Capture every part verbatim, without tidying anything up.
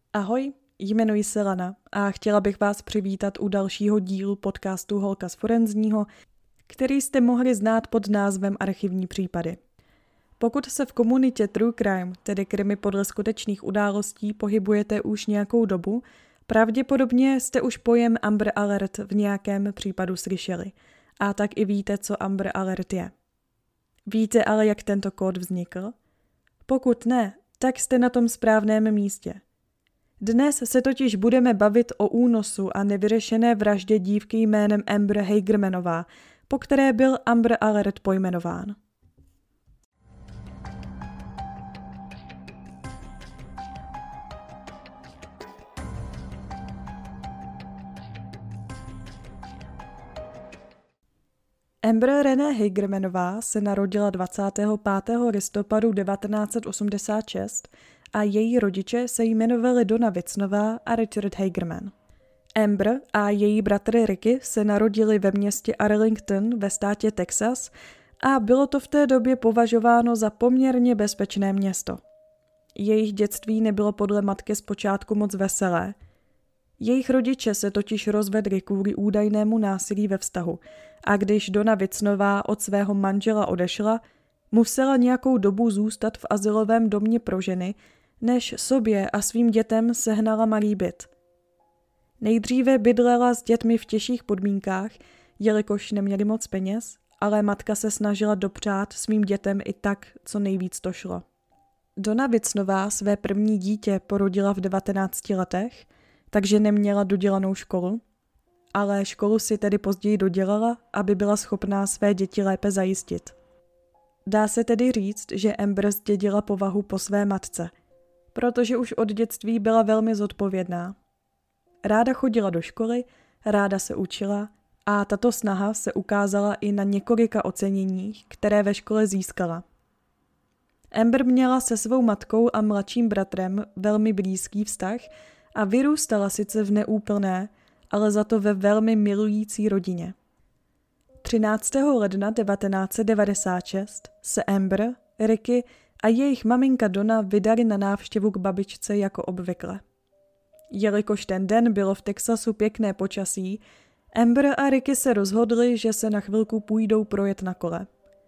Ahoj, jmenuji se Lana a chtěla bych vás přivítat u dalšího dílu podcastu Holka z forenzního, který jste mohli znát pod názvem Archivní případy. Pokud se v komunitě True Crime, tedy krimi podle skutečných událostí, pohybujete už nějakou dobu, pravděpodobně jste už pojem Amber Alert v nějakém případu slyšeli. A tak i víte, co Amber Alert je. Víte ale, jak tento kód vznikl? Pokud ne, tak jste na tom správném místě. Dnes se totiž budeme bavit o únosu a nevyřešené vraždě dívky jménem Amber Hagermanová, po které byl Amber Alert pojmenován. Amber Renee Hagermanová se narodila dvacátého pátého listopadu devatenáct set osmdesát šest a její rodiče se jmenovali Donna Witsnová a Richard Hagerman. Amber a její bratr Ricky se narodili ve městě Arlington ve státě Texas a bylo to v té době považováno za poměrně bezpečné město. Jejich dětství nebylo podle matky zpočátku moc veselé. Jejich rodiče se totiž rozvedli kvůli údajnému násilí ve vztahu a když Donna Witsnová od svého manžela odešla, musela nějakou dobu zůstat v azylovém domě pro ženy, než sobě a svým dětem sehnala malý byt. Nejdříve bydlela s dětmi v těžších podmínkách, jelikož neměli moc peněz, ale matka se snažila dopřát svým dětem i tak, co nejvíc to šlo. Donna Witsnová své první dítě porodila v devatenácti letech, takže neměla dodělanou školu, ale školu si tedy později dodělala, aby byla schopná své děti lépe zajistit. Dá se tedy říct, že Amber zdědila povahu po své matce, protože už od dětství byla velmi zodpovědná. Ráda chodila do školy, ráda se učila a tato snaha se ukázala i na několika oceněních, které ve škole získala. Amber měla se svou matkou a mladším bratrem velmi blízký vztah a vyrůstala sice v neúplné, ale za to ve velmi milující rodině. třináctého ledna devatenáct set devadesát šest se Amber, Ricky a jejich maminka Donna vydali na návštěvu k babičce jako obvykle. Jelikož ten den bylo v Texasu pěkné počasí, Amber a Ricky se rozhodli, že se na chvilku půjdou projet na kole.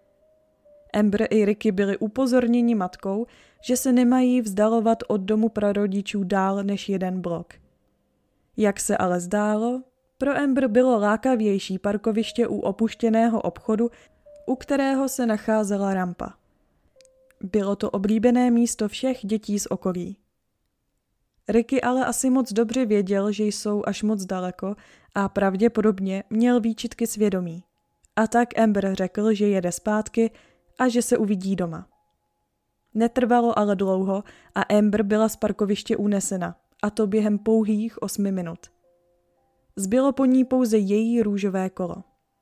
Amber i Ricky byli upozorněni matkou, že se nemají vzdalovat od domu prarodičů dál než jeden blok. Jak se ale zdálo, pro Amber bylo lákavější parkoviště u opuštěného obchodu, u kterého se nacházela rampa. Bylo to oblíbené místo všech dětí z okolí. Ricky ale asi moc dobře věděl, že jsou až moc daleko a pravděpodobně měl výčitky svědomí. A tak Amber řekl, že jede zpátky a že se uvidí doma. Netrvalo ale dlouho a Amber byla z parkoviště unesena, a to během pouhých osmi minut. Zbylo po ní pouze její růžové kolo.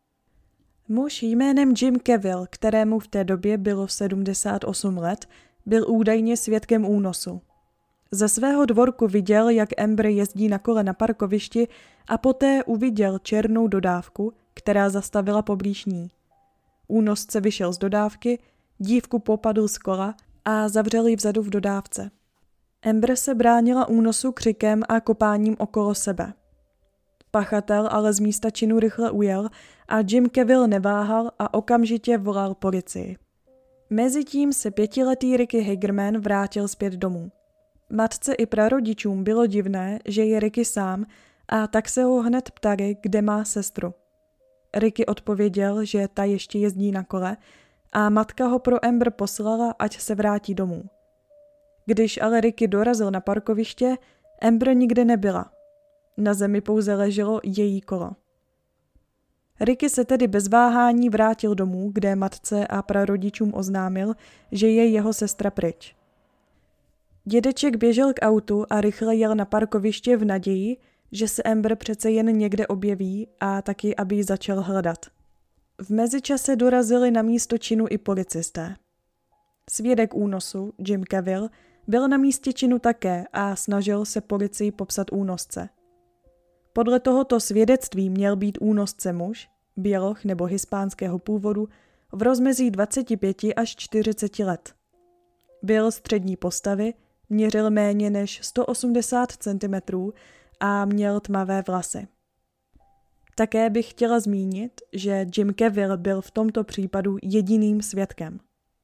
Muž jménem Jim Cavill, kterému v té době bylo sedmdesát osm let, byl údajně svědkem únosu. Ze svého dvorku viděl, jak Amber jezdí na kole na parkovišti a poté uviděl černou dodávku, která zastavila poblíž ní. Únosce vyšel z dodávky, dívku popadl z kola a zavřel ji vzadu v dodávce. Amber se bránila únosu křikem a kopáním okolo sebe. Pachatel ale z místa činu rychle ujel a Jim Cavill neváhal a okamžitě volal policii. Mezitím se pětiletý Ricky Hagerman vrátil zpět domů. Matce i prarodičům bylo divné, že je Ricky sám, a tak se ho hned ptali, kde má sestru. Ricky odpověděl, že ta ještě jezdí na kole a matka ho pro Amber poslala, ať se vrátí domů. Když ale Ricky dorazil na parkoviště, Amber nikde nebyla. Na zemi pouze leželo její kolo. Ricky se tedy bez váhání vrátil domů, kde matce a prarodičům oznámil, že je jeho sestra pryč. Dědeček běžel k autu a rychle jel na parkoviště v naději, že se Amber přece jen někde objeví a taky, aby ji začal hledat. V mezičase dorazili na místo činu i policisté. Svědek únosu, Jim Cavill, byl na místě činu také a snažil se policii popsat únosce. Podle tohoto svědectví měl být únosce muž, běloch nebo hispánského původu, v rozmezí dvacet pět až čtyřicet let. Byl střední postavy, měřil méně než sto osmdesát centimetrů a měl tmavé vlasy. Také bych chtěla zmínit, že Jim Cavill byl v tomto případu jediným svědkem.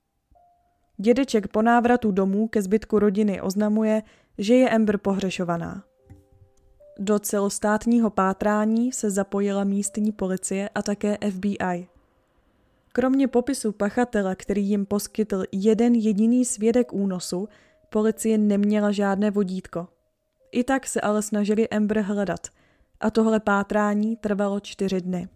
Dědeček po návratu domů ke zbytku rodiny oznamuje, že je Amber pohřešovaná. Do celostátního pátrání se zapojila místní policie a také F B I. Kromě popisu pachatele, který jim poskytl jeden jediný svědek únosu, policie neměla žádné vodítko. I tak se ale snažili Amber hledat a tohle pátrání trvalo čtyři dny.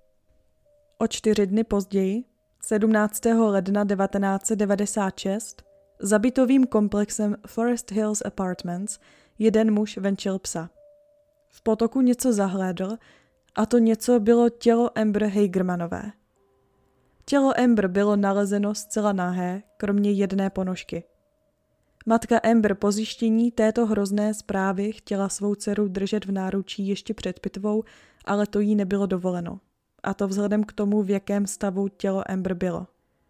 O čtyři dny později, sedmnáctého ledna devatenáct set devadesát šest, za bytovým komplexem Forest Hills Apartments jeden muž venčil psa. V potoku něco zahlédl a to něco bylo tělo Amber Hagermanové. Tělo Amber bylo nalezeno zcela nahé, kromě jedné ponožky. Matka Amber po zjištění této hrozné zprávy chtěla svou dceru držet v náručí ještě před pitvou, ale to jí nebylo dovoleno. A to vzhledem k tomu, v jakém stavu tělo Amber bylo.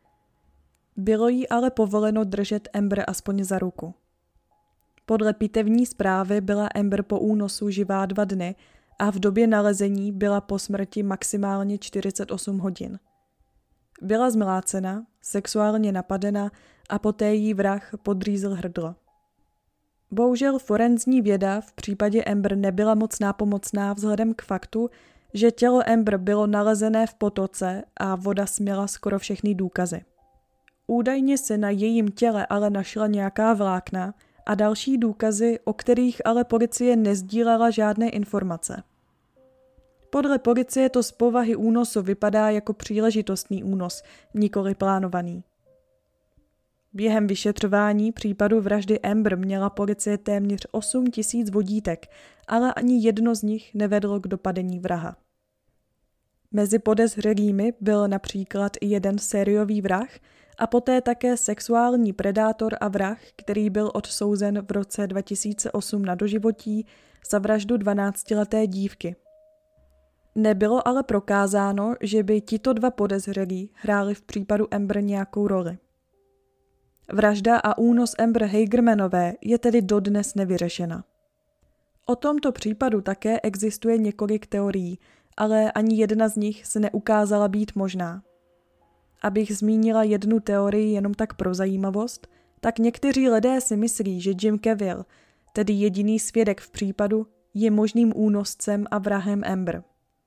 Bylo jí ale povoleno držet Amber aspoň za ruku. Podle pitevní zprávy byla Amber po únosu živá dva dny a v době nalezení byla po smrti maximálně čtyřicet osm hodin. Byla zmlácena, sexuálně napadena a poté jí vrah podřízl hrdlo. Bohužel forenzní věda v případě Amber nebyla moc nápomocná vzhledem k faktu, že tělo Amber bylo nalezené v potoce a voda směla skoro všechny důkazy. Údajně se na jejím těle ale našla nějaká vlákna a další důkazy, o kterých ale policie nezdílela žádné informace. Podle policie to z povahy únosu vypadá jako příležitostný únos, nikoli plánovaný. Během vyšetřování případu vraždy Amber měla policie téměř osm tisíc vodítek, ale ani jedno z nich nevedlo k dopadení vraha. Mezi podezřelými byl například i jeden sériový vrah a poté také sexuální predátor a vrah, který byl odsouzen v roce dva tisíce osm na doživotí za vraždu dvanáctileté dívky. Nebylo ale prokázáno, že by tito dva podezřelí hráli v případu Amber nějakou roli. Vražda a únos Amber Hagermanové je tedy dodnes nevyřešena. O tomto případu také existuje několik teorií, ale ani jedna z nich se neukázala být možná. Abych zmínila jednu teorii jenom tak pro zajímavost, tak někteří lidé si myslí, že Jim Cavill, tedy jediný svědek v případu, je možným únoscem a vrahem Amber.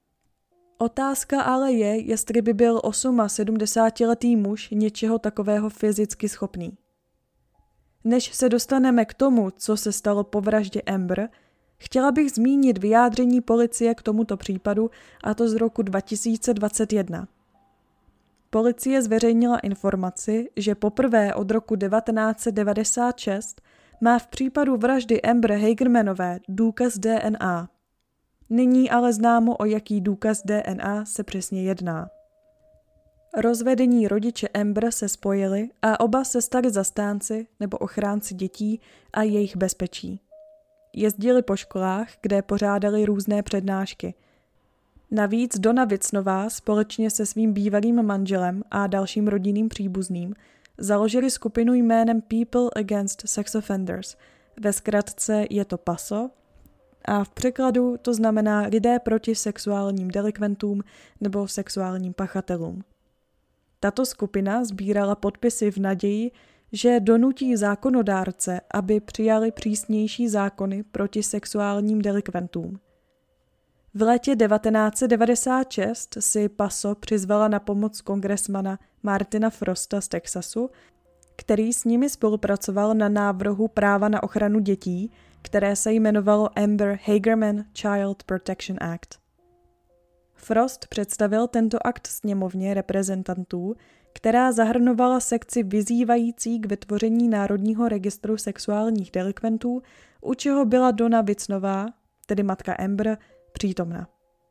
Otázka ale je, jestli by byl sedmdesátiosmiletý muž něčeho takového fyzicky schopný. Než se dostaneme k tomu, co se stalo po vraždě Amber, chtěla bych zmínit vyjádření policie k tomuto případu, a to z roku dva tisíce dvacet jedna. Policie zveřejnila informaci, že poprvé od roku devatenáct set devadesát šest má v případu vraždy Amber Hagermanové důkaz D N A. Nyní ale známo, o jaký důkaz D N A se přesně jedná. Rozvedení rodiče Amber se spojili a oba se stali zastánci nebo ochránci dětí a jejich bezpečí. Jezdili po školách, kde pořádali různé přednášky. Navíc Donna Witsnová společně se svým bývalým manželem a dalším rodinným příbuzným založili skupinu jménem People Against Sex Offenders. Ve zkratce je to PASO a v překladu to znamená lidé proti sexuálním delikventům nebo sexuálním pachatelům. Tato skupina sbírala podpisy v naději, že donutí zákonodárce, aby přijali přísnější zákony proti sexuálním delikventům. V létě devatenáct set devadesát šest si PASO přizvala na pomoc kongresmana Martina Frosta z Texasu, který s nimi spolupracoval na návrhu práva na ochranu dětí, které se jmenovalo Amber Hagerman Child Protection Act. Frost představil tento akt sněmovně reprezentantů, která zahrnovala sekci vyzývající k vytvoření Národního registru sexuálních delikventů, u čeho byla Donna Witsnová, tedy matka Amber, přítomna.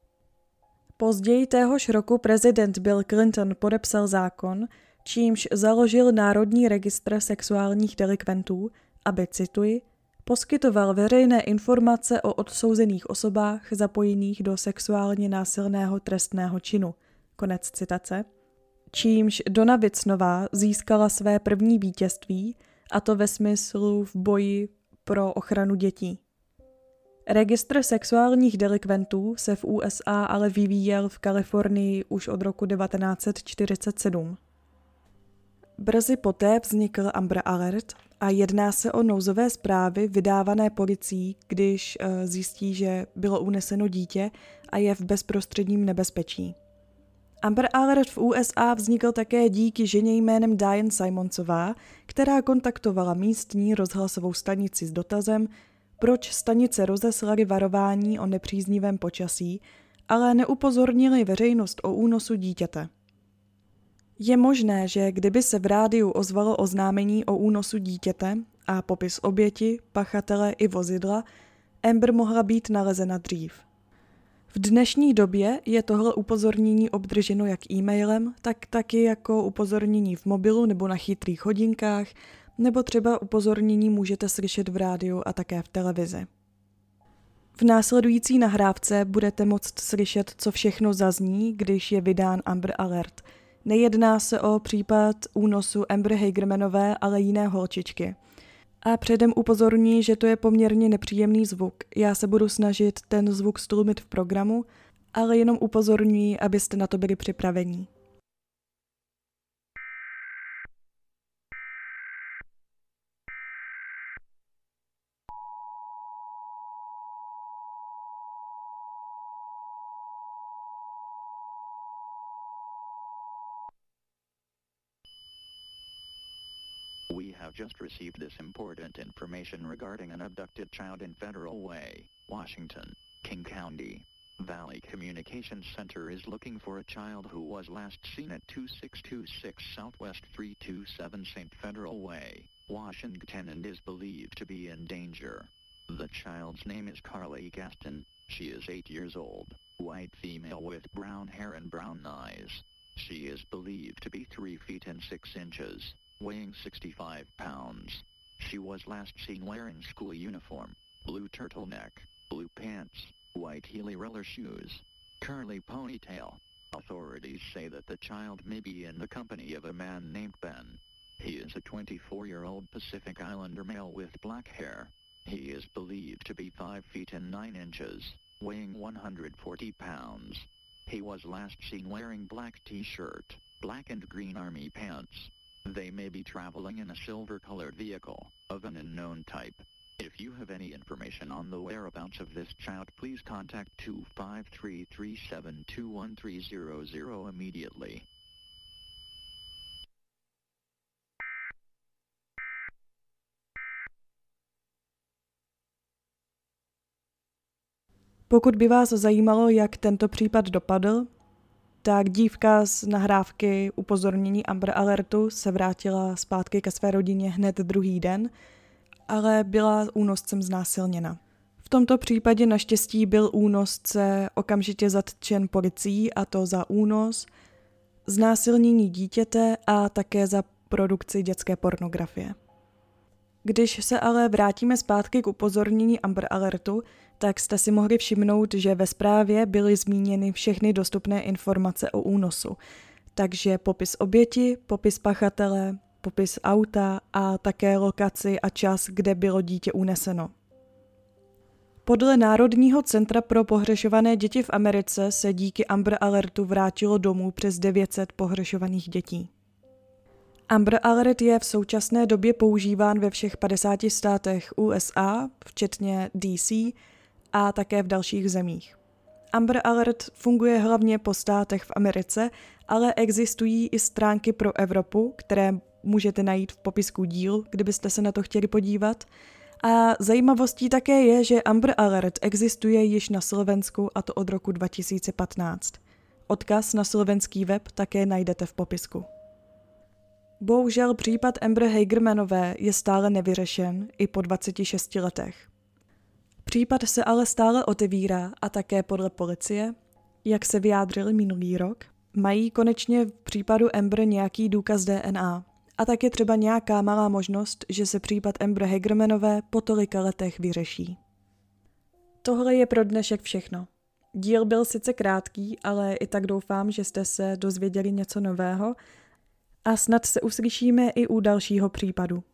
Později téhož roku prezident Bill Clinton podepsal zákon, čímž založil Národní registr sexuálních delikventů, aby, cituji, poskytoval veřejné informace o odsouzených osobách zapojených do sexuálně násilného trestného činu. Konec citace. Čímž Donna Witsnová získala své první vítězství a to ve smyslu v boji pro ochranu dětí. Registr sexuálních delikventů se v U S A ale vyvíjel v Kalifornii už od roku devatenáct set čtyřicet sedm. Brzy poté vznikl Amber Alert a jedná se o nouzové zprávy vydávané policií, když uh, zjistí, že bylo uneseno dítě a je v bezprostředním nebezpečí. Amber Alert v U S A vznikl také díky ženě jménem Diane Simonsová, která kontaktovala místní rozhlasovou stanici s dotazem, proč stanice rozeslaly varování o nepříznivém počasí, ale neupozornili veřejnost o únosu dítěte. Je možné, že kdyby se v rádiu ozvalo oznámení o únosu dítěte a popis oběti, pachatele i vozidla, Amber mohla být nalezena dřív. V dnešní době je tohle upozornění obdrženo jak e-mailem, tak taky jako upozornění v mobilu nebo na chytrých hodinkách, nebo třeba upozornění můžete slyšet v rádiu a také v televizi. V následující nahrávce budete moct slyšet, co všechno zazní, když je vydán Amber Alert. Nejedná se o případ únosu Amber Hagermanové, ale jiné holčičky. A předem upozorní, že to je poměrně nepříjemný zvuk. Já se budu snažit ten zvuk stlumit v programu, ale jenom upozorňuji, abyste na to byli připravení. We have just received this important information regarding an abducted child in Federal Way, Washington, King County. Valley Communications Center is looking for a child who was last seen at two six two six Southwest three two seven Saint Federal Way, Washington, and is believed to be in danger. The child's name is Carly Gaston. She is eight years old, white female with brown hair and brown eyes. She is believed to be three feet and six inches. Weighing sixty-five pounds. She was last seen wearing school uniform, blue turtleneck, blue pants, white Heeley roller shoes, curly ponytail. Authorities say that the child may be in the company of a man named Ben. He is a twenty-four-year-old Pacific Islander male with black hair. He is believed to be five feet and nine inches, weighing one hundred forty pounds. He was last seen wearing black t-shirt, black and green army pants. They may be traveling in a silver-colored vehicle, of an unknown type. If you have any information on the whereabouts of this child, please contact two five three three seven two one three zero zero immediately. Pokud by vás zajímalo, jak tento případ dopadl, tak dívka z nahrávky upozornění Amber Alertu se vrátila zpátky ke své rodině hned druhý den, ale byla únoscem znásilněna. V tomto případě naštěstí byl únosce okamžitě zatčen policií, a to za únos, znásilnění dítěte a také za produkci dětské pornografie. Když se ale vrátíme zpátky k upozornění Amber Alertu, tak jste si mohli všimnout, že ve zprávě byly zmíněny všechny dostupné informace o únosu. Takže popis oběti, popis pachatele, popis auta a také lokaci a čas, kde bylo dítě uneseno. Podle Národního centra pro pohřešované děti v Americe se díky Amber Alertu vrátilo domů přes devět set pohřešovaných dětí. Amber Alert je v současné době používán ve všech padesáti státech U S A, včetně D C, a také v dalších zemích. Amber Alert funguje hlavně po státech v Americe, ale existují i stránky pro Evropu, které můžete najít v popisku dílu, kdybyste se na to chtěli podívat. A zajímavostí také je, že Amber Alert existuje již na Slovensku, a to od roku dva tisíce patnáct. Odkaz na slovenský web také najdete v popisku. Bohužel případ Amber Hagermanové je stále nevyřešen i po dvaceti šesti letech. Případ se ale stále otevírá a také podle policie, jak se vyjádřili minulý rok, mají konečně v případu Amber nějaký důkaz D N A a také třeba nějaká malá možnost, že se případ Amber Hagermanové po tolika letech vyřeší. Tohle je pro dnešek všechno. Díl byl sice krátký, ale i tak doufám, že jste se dozvěděli něco nového a snad se uslyšíme i u dalšího případu.